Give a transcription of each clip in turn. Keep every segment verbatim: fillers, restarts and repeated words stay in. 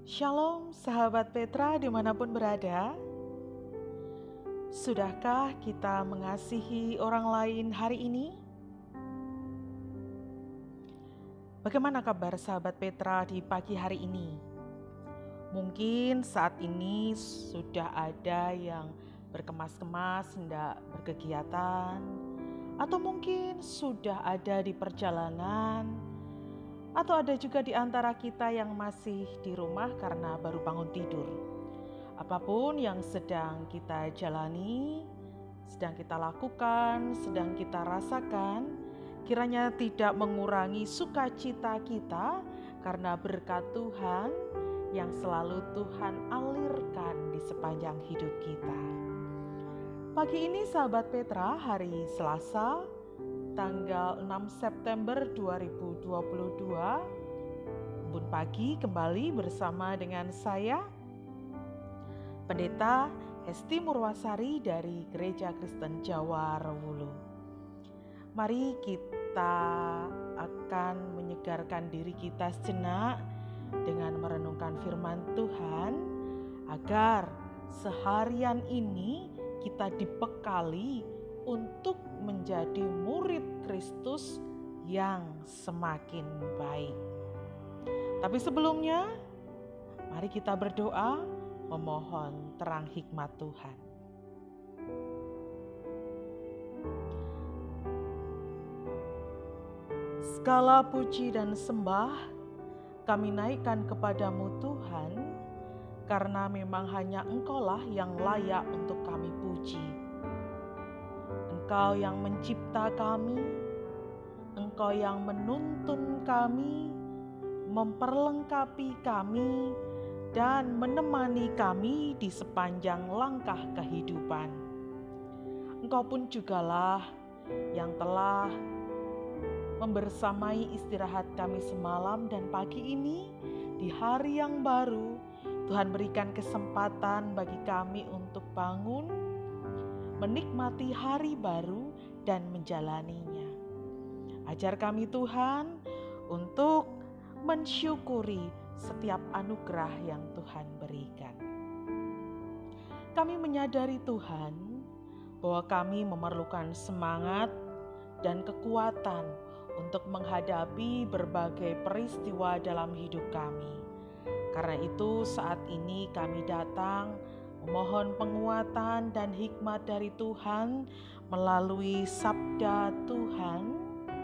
Shalom sahabat Petra dimanapun berada. Sudahkah kita mengasihi orang lain hari ini? Bagaimana kabar sahabat Petra di pagi hari ini? Mungkin saat ini sudah ada yang berkemas-kemas hendak berkegiatan, atau mungkin sudah ada di perjalanan, atau ada juga di antara kita yang masih di rumah karena baru bangun tidur. Apapun yang sedang kita jalani, sedang kita lakukan, sedang kita rasakan, kiranya tidak mengurangi sukacita kita karena berkat Tuhan yang selalu Tuhan alirkan di sepanjang hidup kita. Pagi ini sahabat Petra, hari Selasa, tanggal enam September dua ribu dua puluh dua, Embun Pagi kembali bersama dengan saya, Pendeta Hesti Murwasari dari Gereja Kristen Jawa Rewulu. Mari kita akan menyegarkan diri kita sejenak dengan merenungkan firman Tuhan, agar seharian ini kita dibekali untuk menjadi murid Kristus yang semakin baik. Tapi sebelumnya, mari kita berdoa memohon terang hikmat Tuhan. Segala puji dan sembah kami naikkan kepadamu Tuhan, karena memang hanya Engkaulah yang layak untuk kami puji. Engkau yang mencipta kami, Engkau yang menuntun kami, memperlengkapi kami, dan menemani kami di sepanjang langkah kehidupan. Engkau pun jugalah yang telah membersamai istirahat kami semalam dan pagi ini di hari yang baru. Tuhan berikan kesempatan bagi kami untuk bangun, menikmati hari baru dan menjalaninya. Ajar kami Tuhan untuk mensyukuri setiap anugerah yang Tuhan berikan. Kami menyadari Tuhan bahwa kami memerlukan semangat dan kekuatan untuk menghadapi berbagai peristiwa dalam hidup kami. Karena itu saat ini kami datang memohon penguatan dan hikmat dari Tuhan melalui sabda Tuhan.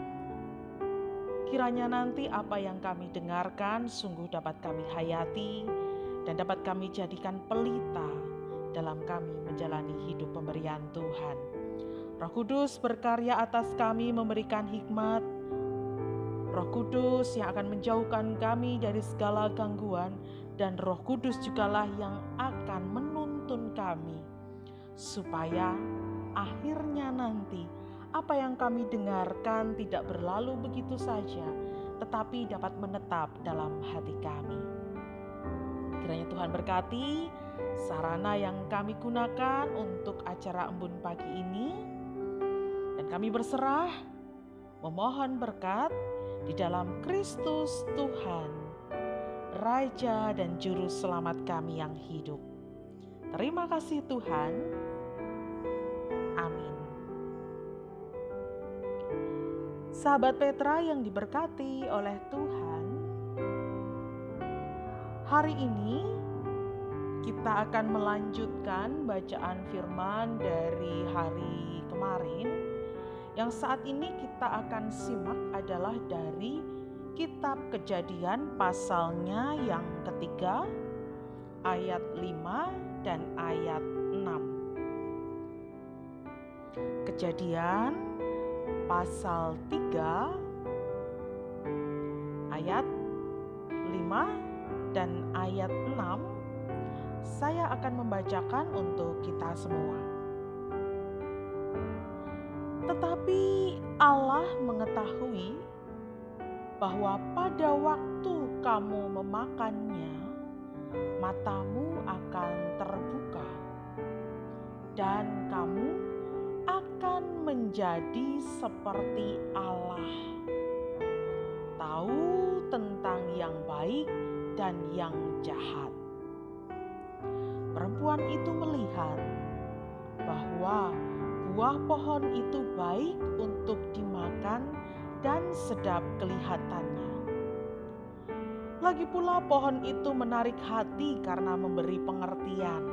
Kiranya nanti apa yang kami dengarkan sungguh dapat kami hayati dan dapat kami jadikan pelita dalam kami menjalani hidup pemberian Tuhan. Roh Kudus berkarya atas kami memberikan hikmat. Roh Kudus yang akan menjauhkan kami dari segala gangguan, dan Roh Kudus jugalah yang akan menuntun kami supaya akhirnya nanti apa yang kami dengarkan tidak berlalu begitu saja, tetapi dapat menetap dalam hati kami. Kiranya Tuhan berkati sarana yang kami gunakan untuk acara Embun Pagi ini, dan kami berserah memohon berkat di dalam Kristus Tuhan, Raja dan Juru Selamat kami yang hidup. Terima kasih Tuhan. Amin. Sahabat Petra yang diberkati oleh Tuhan, hari ini kita akan melanjutkan bacaan firman dari hari kemarin. Yang saat ini kita akan simak adalah dari Kitab Kejadian pasalnya yang ketiga, ayat lima dan ayat enam. Kejadian pasal tiga, ayat lima dan ayat enam. Saya akan membacakan untuk kita semua. Tetapi Allah mengetahui bahwa pada waktu kamu memakannya, matamu akan terbuka, dan kamu akan menjadi seperti Allah, tahu tentang yang baik dan yang jahat. Perempuan itu melihat bahwa buah pohon itu baik untuk dimakan dan sedap kelihatannya. Lagi pula pohon itu menarik hati karena memberi pengertian.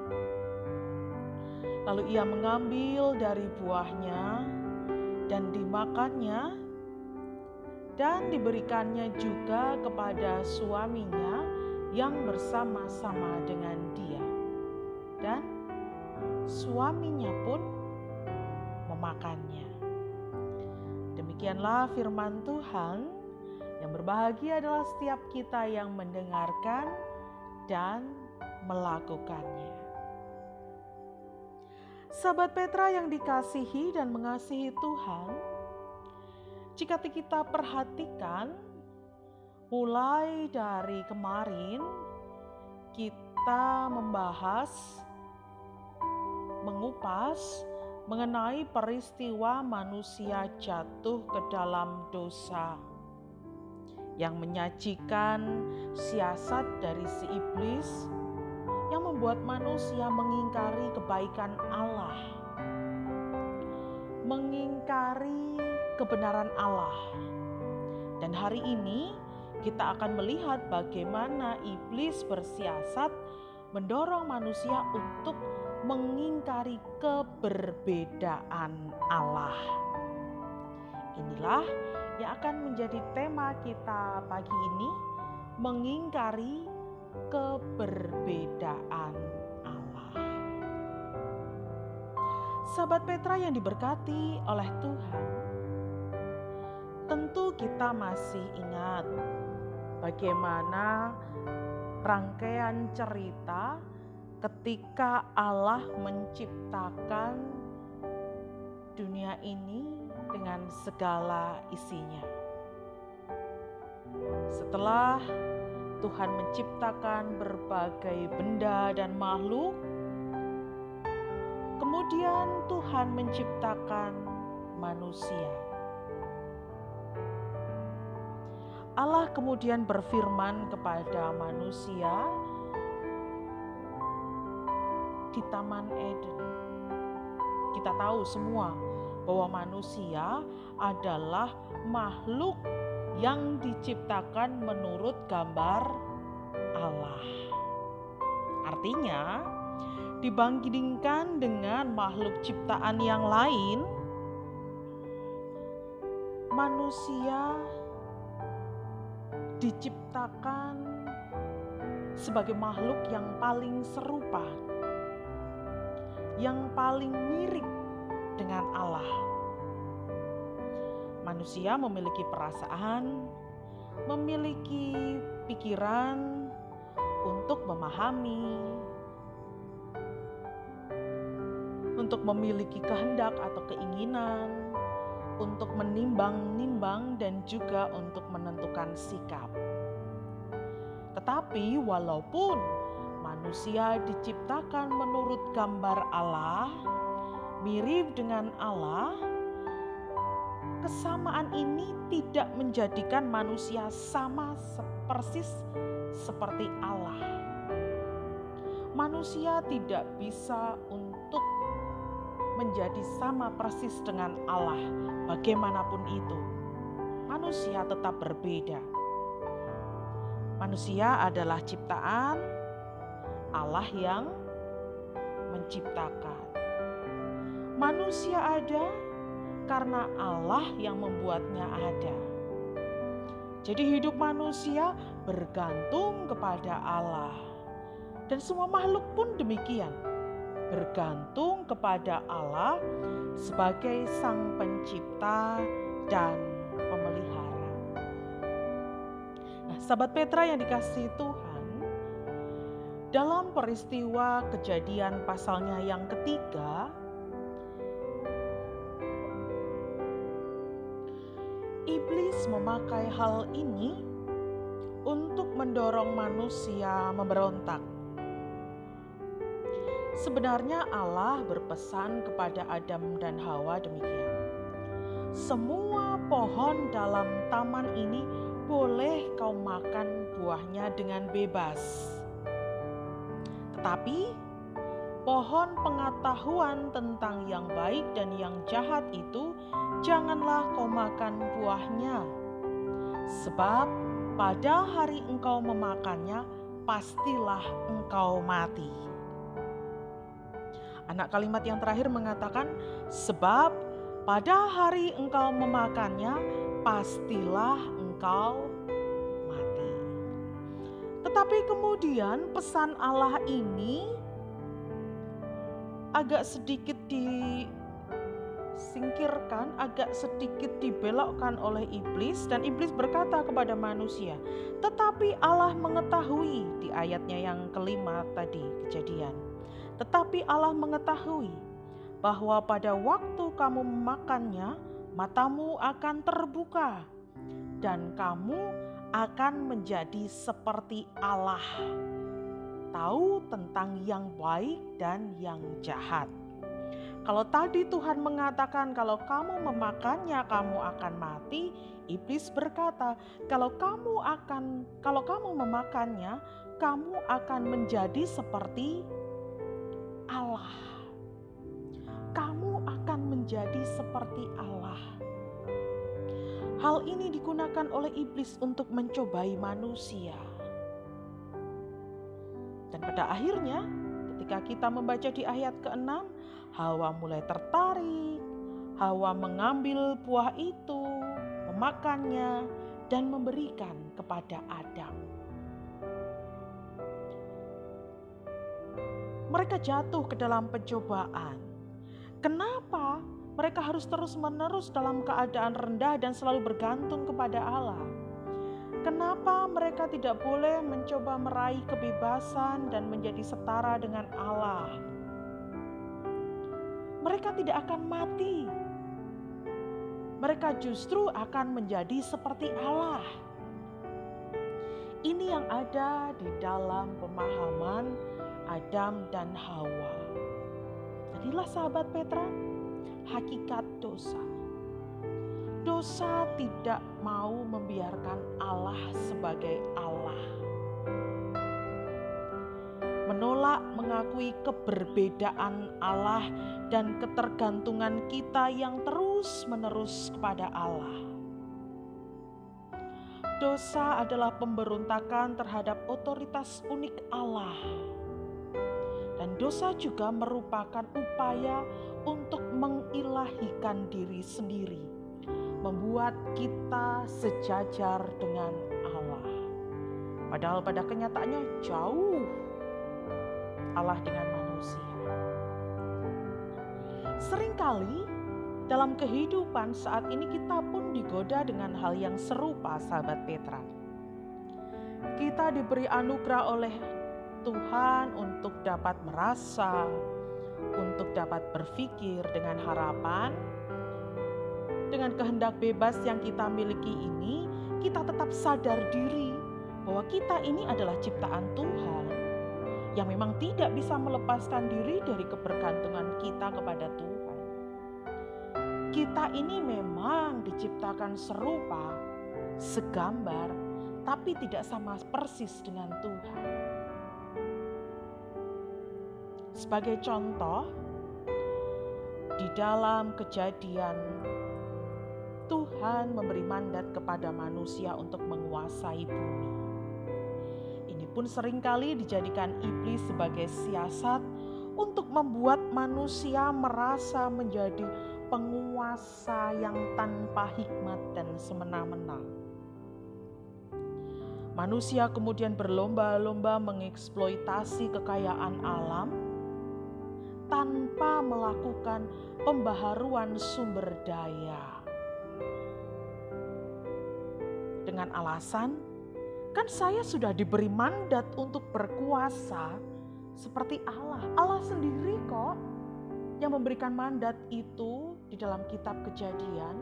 Lalu ia mengambil dari buahnya dan dimakannya, dan diberikannya juga kepada suaminya yang bersama-sama dengan dia. Dan suaminya pun memakannya. Demikianlah firman Tuhan. Yang berbahagia adalah setiap kita yang mendengarkan dan melakukannya. Sahabat Petra yang dikasihi dan mengasihi Tuhan, jika kita perhatikan mulai dari kemarin kita membahas, mengupas mengenai peristiwa manusia jatuh ke dalam dosa yang menyajikan siasat dari si iblis yang membuat manusia mengingkari kebaikan Allah, mengingkari kebenaran Allah. Dan hari ini kita akan melihat bagaimana iblis bersiasat mendorong manusia untuk mengingkari keberbedaan Allah. Inilah yang akan menjadi tema kita pagi ini, mengingkari keberbedaan Allah. Sahabat Petra yang diberkati oleh Tuhan, tentu kita masih ingat bagaimana rangkaian cerita ketika Allah menciptakan dunia ini dengan segala isinya. Setelah Tuhan menciptakan berbagai benda dan makhluk, kemudian Tuhan menciptakan manusia. Allah kemudian berfirman kepada manusia di Taman Eden. Kita tahu semua bahwa manusia adalah makhluk yang diciptakan menurut gambar Allah. Artinya, dibandingkan dengan makhluk ciptaan yang lain, manusia diciptakan sebagai makhluk yang paling serupa, yang paling mirip dengan Allah. Manusia memiliki perasaan, memiliki pikiran untuk memahami, untuk memiliki kehendak atau keinginan, untuk menimbang-nimbang dan juga untuk menentukan sikap. Tetapi walaupun manusia diciptakan menurut gambar Allah, mirip dengan Allah, kesamaan ini tidak menjadikan manusia sama persis seperti Allah. Manusia tidak bisa untuk menjadi sama persis dengan Allah. Bagaimanapun itu, manusia tetap berbeda. Manusia adalah ciptaan Allah yang menciptakan. Manusia ada karena Allah yang membuatnya ada. Jadi hidup manusia bergantung kepada Allah. Dan semua makhluk pun demikian, bergantung kepada Allah sebagai Sang Pencipta dan Pemelihara. Nah, sahabat Petra yang dikasihi Tuhan, dalam peristiwa Kejadian pasalnya yang ketiga, iblis memakai hal ini untuk mendorong manusia memberontak. Sebenarnya Allah berpesan kepada Adam dan Hawa demikian. Semua pohon dalam taman ini boleh kau makan buahnya dengan bebas. Tetapi pohon pengetahuan tentang yang baik dan yang jahat itu janganlah kau makan buahnya. Sebab pada hari engkau memakannya, pastilah engkau mati. Anak kalimat yang terakhir mengatakan, sebab pada hari engkau memakannya, pastilah engkau mati. Tetapi kemudian pesan Allah ini agak sedikit disingkirkan, agak sedikit dibelokkan oleh iblis, dan iblis berkata kepada manusia, tetapi Allah mengetahui, di ayatnya yang kelima tadi Kejadian. Tetapi Allah mengetahui bahwa pada waktu kamu memakannya, matamu akan terbuka dan kamu akan menjadi seperti Allah, tahu tentang yang baik dan yang jahat. Kalau tadi Tuhan mengatakan kalau kamu memakannya kamu akan mati, iblis berkata kalau kamu akan kalau kamu memakannya kamu akan menjadi seperti Allah. Kamu akan menjadi seperti Allah. Hal ini digunakan oleh iblis untuk mencobai manusia. Dan pada akhirnya, ketika kita membaca di ayat keenam, Hawa mulai tertarik. Hawa mengambil buah itu, memakannya, dan memberikan kepada Adam. Mereka jatuh ke dalam pencobaan. Kenapa mereka harus terus-menerus dalam keadaan rendah dan selalu bergantung kepada Allah? Kenapa mereka tidak boleh mencoba meraih kebebasan dan menjadi setara dengan Allah? Mereka tidak akan mati. Mereka justru akan menjadi seperti Allah. Ini yang ada di dalam pemahaman Adam dan Hawa. Jadilah sahabat Petra, hakikat dosa. Dosa tidak mau membiarkan Allah sebagai Allah. Menolak mengakui keberbedaan Allah dan ketergantungan kita yang terus-menerus kepada Allah. Dosa adalah pemberontakan terhadap otoritas unik Allah. Dan dosa juga merupakan upaya untuk mengilahikan diri sendiri, membuat kita sejajar dengan Allah. Padahal pada kenyataannya jauh Allah dengan manusia. Seringkali dalam kehidupan saat ini kita pun digoda dengan hal yang serupa, sahabat Petra. Kita diberi anugerah oleh Tuhan untuk dapat merasa, untuk dapat berpikir dengan harapan, dengan kehendak bebas yang kita miliki ini, kita tetap sadar diri bahwa kita ini adalah ciptaan Tuhan yang memang tidak bisa melepaskan diri dari kebergantungan kita kepada Tuhan. Kita ini memang diciptakan serupa, segambar, tapi tidak sama persis dengan Tuhan. Sebagai contoh, di dalam Kejadian, Tuhan memberi mandat kepada manusia untuk menguasai bumi. Ini pun seringkali dijadikan iblis sebagai siasat untuk membuat manusia merasa menjadi penguasa yang tanpa hikmat dan semena-mena. Manusia kemudian berlomba-lomba mengeksploitasi kekayaan alam tanpa melakukan pembaharuan sumber daya. Dengan alasan, kan saya sudah diberi mandat untuk berkuasa seperti Allah. Allah sendiri kok yang memberikan mandat itu di dalam kitab Kejadian.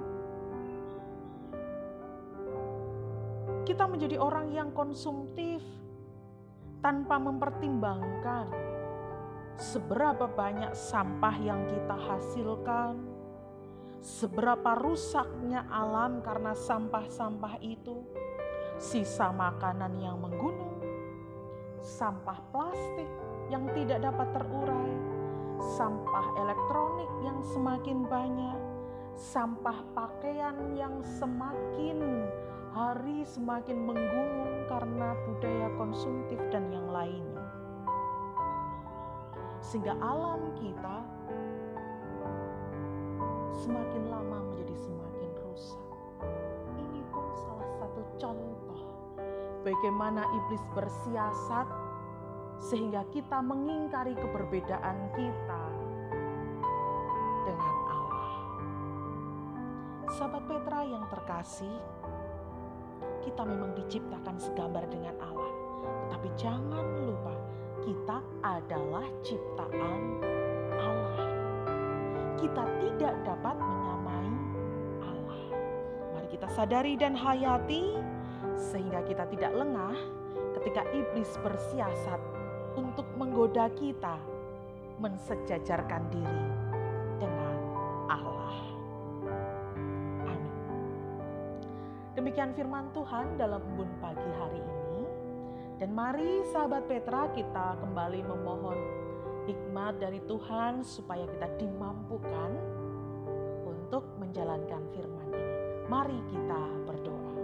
Kita menjadi orang yang konsumtif tanpa mempertimbangkan seberapa banyak sampah yang kita hasilkan, seberapa rusaknya alam karena sampah-sampah itu, sisa makanan yang menggunung, sampah plastik yang tidak dapat terurai, sampah elektronik yang semakin banyak, sampah pakaian yang semakin hari semakin menggunung karena budaya konsumtif dan yang lainnya. Sehingga alam kita semakin lama menjadi semakin rusak. Ini pun salah satu contoh bagaimana iblis bersiasat sehingga kita mengingkari keberbedaan kita dengan Allah. Sahabat Petra yang terkasih, kita memang diciptakan segambar dengan Allah. Tetapi jangan lupa, kita adalah ciptaan Allah. Kita tidak dapat menyamai Allah. Mari kita sadari dan hayati sehingga kita tidak lengah ketika iblis bersiasat untuk menggoda kita mensejajarkan diri dengan Allah. Amin. Demikian firman Tuhan dalam embun pagi hari ini. Dan mari sahabat Petra, kita kembali memohon hikmat dari Tuhan supaya kita dimampukan untuk menjalankan firman ini. Mari kita berdoa.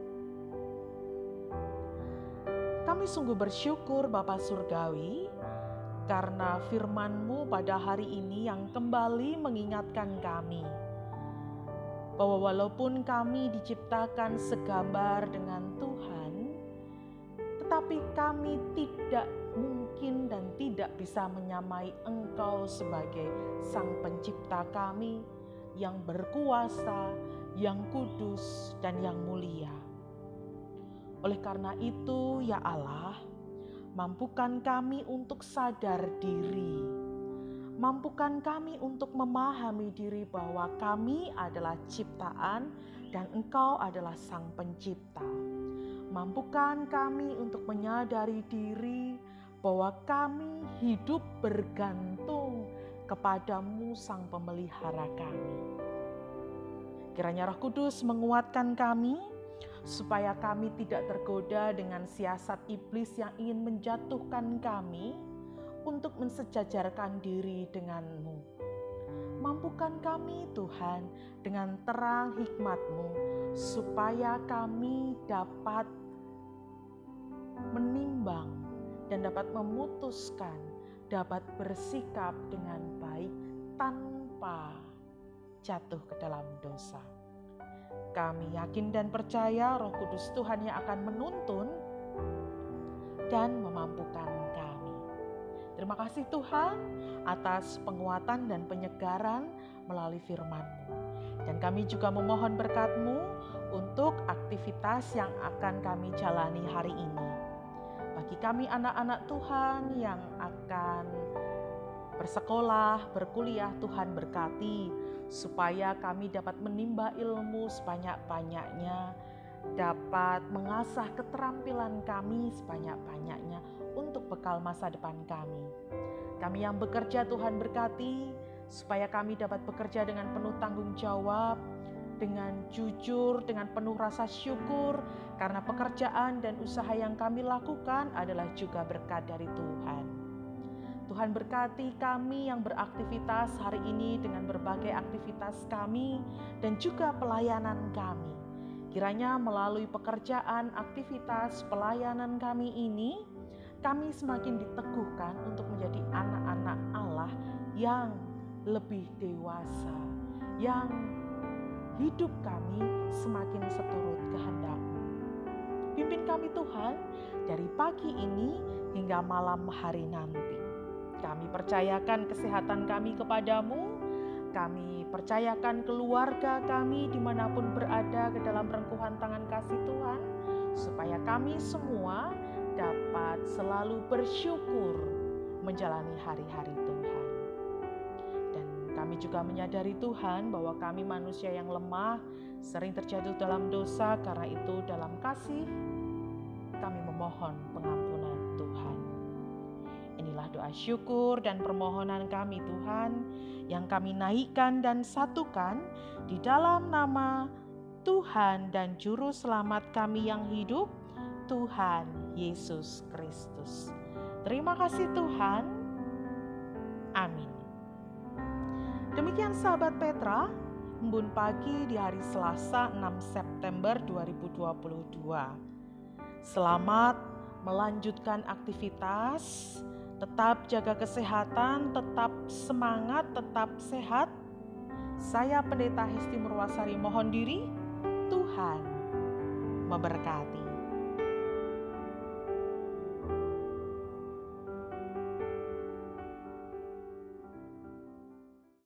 Kami sungguh bersyukur Bapa Surgawi karena firman-Mu pada hari ini yang kembali mengingatkan kami bahwa walaupun kami diciptakan segambar dengan Tuhan, tetapi kami tidak mungkin dan tidak bisa menyamai Engkau sebagai Sang Pencipta kami yang berkuasa, yang kudus, dan yang mulia. Oleh karena itu, ya Allah, mampukan kami untuk sadar diri. Mampukan kami untuk memahami diri bahwa kami adalah ciptaan dan Engkau adalah Sang Pencipta. Mampukan kami untuk menyadari diri bahwa kami hidup bergantung kepadamu Sang Pemelihara kami. Kiranya Roh Kudus menguatkan kami supaya kami tidak tergoda dengan siasat iblis yang ingin menjatuhkan kami untuk mensejajarkan diri denganmu. Mampukan kami Tuhan dengan terang hikmat-Mu supaya kami dapat menimbang dan dapat memutuskan, dapat bersikap dengan baik tanpa jatuh ke dalam dosa. Kami yakin dan percaya Roh Kudus Tuhan yang akan menuntun dan memampukan kami. Terima kasih Tuhan atas penguatan dan penyegaran melalui firman-Mu. Dan kami juga memohon berkat-Mu untuk aktivitas yang akan kami jalani hari ini. Bagi kami anak-anak Tuhan yang akan bersekolah, berkuliah, Tuhan berkati supaya kami dapat menimba ilmu sebanyak-banyaknya, dapat mengasah keterampilan kami sebanyak-banyaknya untuk bekal masa depan kami. Kami yang bekerja Tuhan berkati supaya kami dapat bekerja dengan penuh tanggung jawab, dengan jujur, dengan penuh rasa syukur, karena pekerjaan dan usaha yang kami lakukan adalah juga berkat dari Tuhan. Tuhan berkati kami yang beraktivitas hari ini dengan berbagai aktivitas kami dan juga pelayanan kami. Kiranya melalui pekerjaan, aktivitas, pelayanan kami ini, kami semakin diteguhkan untuk menjadi anak-anak Allah yang lebih dewasa, yang hidup kami semakin seturut kehendak-Mu. Pimpin kami Tuhan dari pagi ini hingga malam hari nanti. Kami percayakan kesehatan kami kepadamu. Kami percayakan keluarga kami dimanapun berada ke dalam rengkuhan tangan kasih Tuhan. Supaya kami semua dapat selalu bersyukur menjalani hari-hari Tuhan. Dan kami juga menyadari Tuhan bahwa kami manusia yang lemah, sering terjatuh dalam dosa. Karena itu dalam kasih kami memohon pengampunan Tuhan. Inilah doa syukur dan permohonan kami Tuhan yang kami naikkan dan satukan di dalam nama Tuhan dan Juru Selamat kami yang hidup, Tuhan Yesus Kristus. Terima kasih Tuhan. Amin. Demikian sahabat Petra, embun pagi di hari Selasa enam September dua ribu dua puluh dua. Selamat melanjutkan aktivitas, tetap jaga kesehatan, tetap semangat, tetap sehat. Saya Pendeta Hesti Murwasari mohon diri, Tuhan memberkati.